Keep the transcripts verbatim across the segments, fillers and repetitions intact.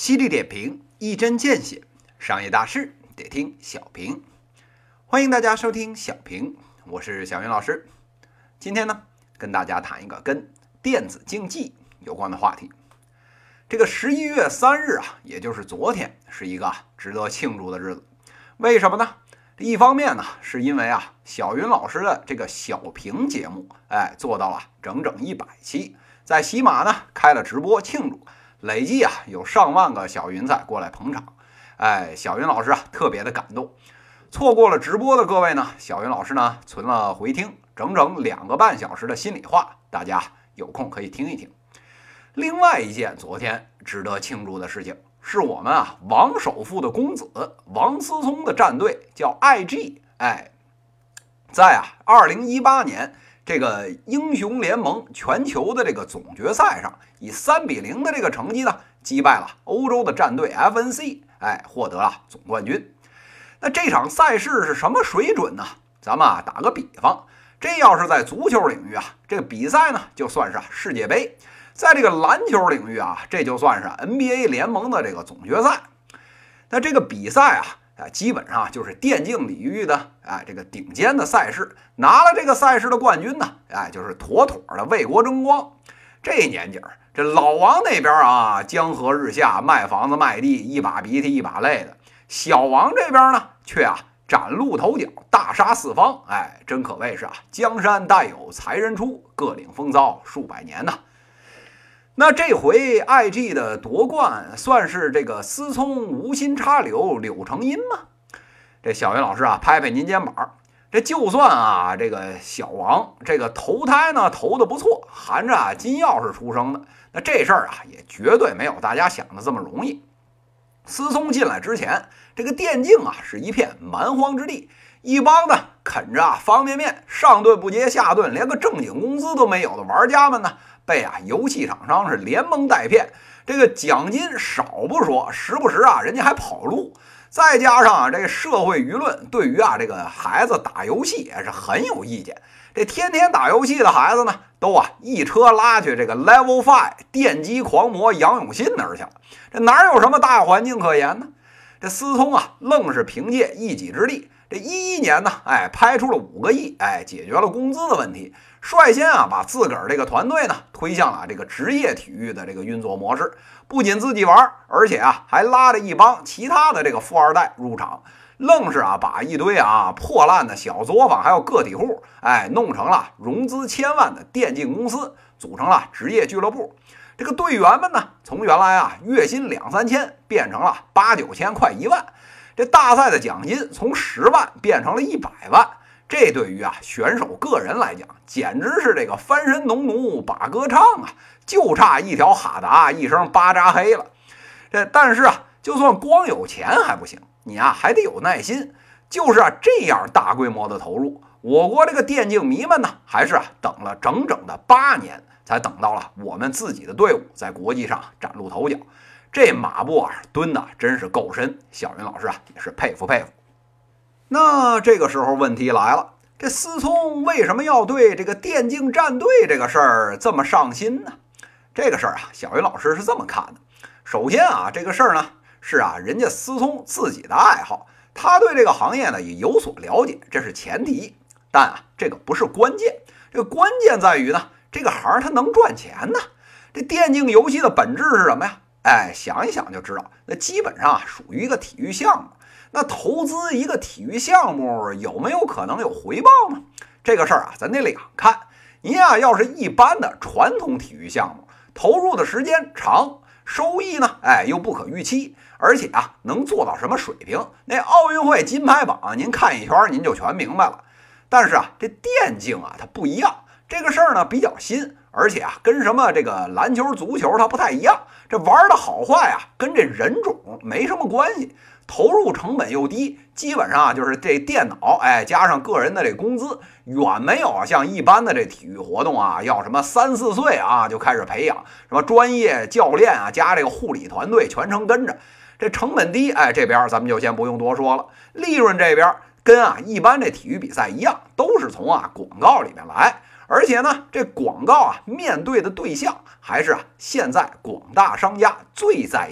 犀利点评，一针见血，商业大事得听小平。欢迎大家收听小平，我是小云老师。今天呢，跟大家谈一个跟电子竞技有关的话题。这个十一月三日啊，也就是昨天，是一个值得庆祝的日子。为什么呢？一方面呢，是因为啊，小云老师的这个小平节目，哎，做到了整整一百期，在喜马呢开了直播庆祝。累计啊有上万个小云仔过来捧场，哎，小云老师啊特别的感动。错过了直播的各位呢，小云老师呢存了回听，整整两个半小时的心里话，大家有空可以听一听。另外一件昨天值得庆祝的事情，是我们啊王首富的公子王思聪的战队叫 I G， 哎，在啊二零一八年。这个英雄联盟全球的这个总决赛上，以三比零的这个成绩呢，击败了欧洲的战队 F N C， 哎，获得了总冠军。那这场赛事是什么水准呢？咱们啊打个比方，这要是在足球领域啊，这个比赛呢就算是世界杯；在这个篮球领域啊，这就算是 N B A 联盟的这个总决赛。那这个比赛啊。啊，基本上就是电竞领域的啊这个顶尖的赛事，拿了这个赛事的冠军呢，哎，就是妥妥的为国争光。这年景儿，这老王那边啊，江河日下，卖房子卖地，一把鼻涕一把泪的；小王这边呢，却啊崭露头角，大杀四方。哎，真可谓是啊，江山代有才人出，各领风骚数百年呐。那这回 I G 的夺冠算是这个思聪无心插柳柳成荫吗？这小云老师啊，拍拍您肩膀，这就算啊这个小王这个投胎呢投的不错，含着啊金钥匙出生的，那这事儿啊也绝对没有大家想的这么容易。思聪进来之前，这个电竞啊是一片蛮荒之地，一帮呢啃着啊方便面，上顿不接下顿，连个正经工资都没有的玩家们呢，被啊游戏厂商是连蒙带骗，这个奖金少不说，时不时啊人家还跑路，再加上啊这个社会舆论对于啊这个孩子打游戏也是很有意见，这天天打游戏的孩子呢，都啊一车拉去这个 level five 电击狂魔杨永信那儿去了，这哪有什么大环境可言呢？这思聪啊愣是凭借一己之力，这一一年呢，哎，拍出了五个亿，哎，解决了工资的问题，率先啊把自个儿这个团队呢推向了这个职业体育的这个运作模式，不仅自己玩，而且啊还拉着一帮其他的这个富二代入场，愣是啊把一堆啊破烂的小作坊还有个体户，哎，弄成了融资千万的电竞公司，组成了职业俱乐部。这个队员们呢，从原来啊月薪两三千变成了八九千快一万。这大赛的奖金从十万变成了一百万，这对于啊选手个人来讲，简直是这个翻身农奴把歌唱啊，就差一条哈达一声巴扎黑了。这但是啊，就算光有钱还不行，你啊还得有耐心。就是啊这样大规模的投入，我国这个电竞迷们呢，还是啊等了整整的八年，才等到了我们自己的队伍在国际上崭露头角。这马步啊蹲的真是够深，小云老师啊也是佩服佩服。那这个时候问题来了，这思聪为什么要对这个电竞战队这个事儿这么上心呢？这个事儿啊，小云老师是这么看的。首先啊，这个事儿呢是啊人家思聪自己的爱好，他对这个行业呢也有所了解，这是前提。但啊这个不是关键，这个关键在于呢这个行它能赚钱呢。这电竞游戏的本质是什么呀？哎，想一想就知道，那基本上啊属于一个体育项目。那投资一个体育项目有没有可能有回报呢？这个事儿啊，咱得两看。您啊，要是一般的传统体育项目，投入的时间长，收益呢，哎，又不可预期，而且啊，能做到什么水平？那奥运会金牌榜，您看一圈您就全明白了。但是啊，这电竞啊，它不一样。这个事儿呢比较新，而且啊跟什么这个篮球足球它不太一样，这玩的好坏啊跟这人种没什么关系，投入成本又低，基本上啊就是这电脑哎加上个人的这工资，远没有啊像一般的这体育活动啊要什么三四岁啊就开始培养什么专业教练啊加这个护理团队全程跟着，这成本低，哎这边咱们就先不用多说了。利润这边跟啊一般这体育比赛一样，都是从啊广告里面来。而且呢，这广告啊，面对的对象还是啊，现在广大商家最在意、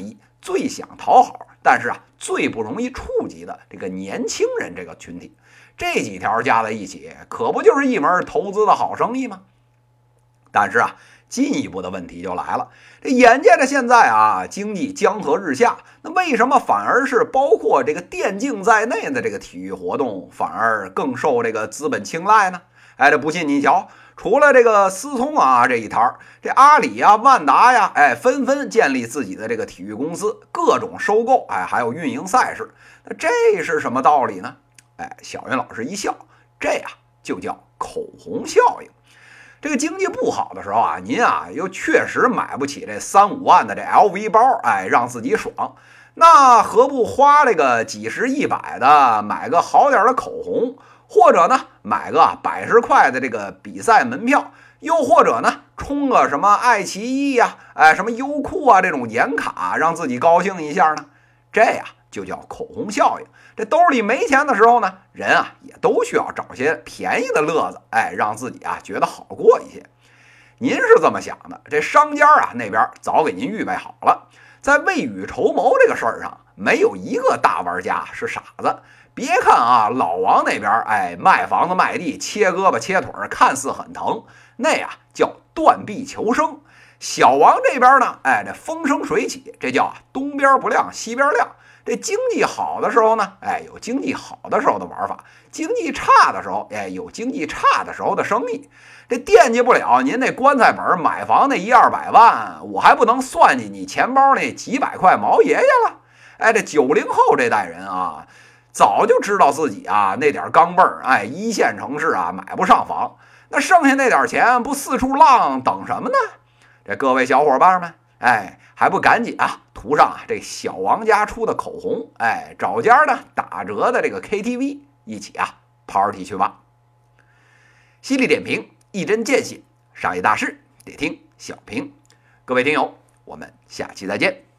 最想讨好，但是啊最不容易触及的这个年轻人这个群体。这几条加在一起，可不就是一门投资的好生意吗？但是啊，进一步的问题就来了，这眼见着现在啊经济江河日下，那为什么反而是包括这个电竞在内的这个体育活动反而更受这个资本青睐呢？哎，这不信你瞧，除了这个思聪啊这一摊，这阿里呀、万达呀，哎，纷纷建立自己的这个体育公司，各种收购，哎，还有运营赛事。那这是什么道理呢？哎，小云老师一笑，这呀就叫口红效应。这个经济不好的时候啊，您啊又确实买不起这三五万的这 L V 包，哎，让自己爽，那何不花这个几十一百的买个好点的口红，或者呢买个百十块的这个比赛门票，又或者呢充个什么爱奇艺呀、啊，哎，什么优酷啊这种颜卡，让自己高兴一下呢？这呀就叫口红效应。这兜里没钱的时候呢，人啊也都需要找些便宜的乐子，哎，让自己啊觉得好过一些。您是这么想的，这商家啊那边早给您预备好了，在未雨绸缪这个事儿上，没有一个大玩家是傻子。别看啊老王那边哎卖房子卖地切胳膊切腿看似很疼，那呀叫断臂求生。小王这边呢，哎这风生水起，这叫啊东边不亮西边亮。这经济好的时候呢，哎，有经济好的时候的玩法；经济差的时候，哎，有经济差的时候的生意。这惦记不了您那棺材本买房那一二百万，我还不能算计你钱包那几百块毛爷爷了。哎，这九零后这代人啊，早就知道自己啊那点钢镚儿，哎，一线城市啊买不上房，那剩下那点钱不四处浪等什么呢？这各位小伙伴们，哎，还不赶紧啊涂上啊这小王家出的口红，哎，找家呢打折的这个 K T V， 一起啊 party 去吧。犀利点评，一针见血，商业大事得听小平。各位听友，我们下期再见。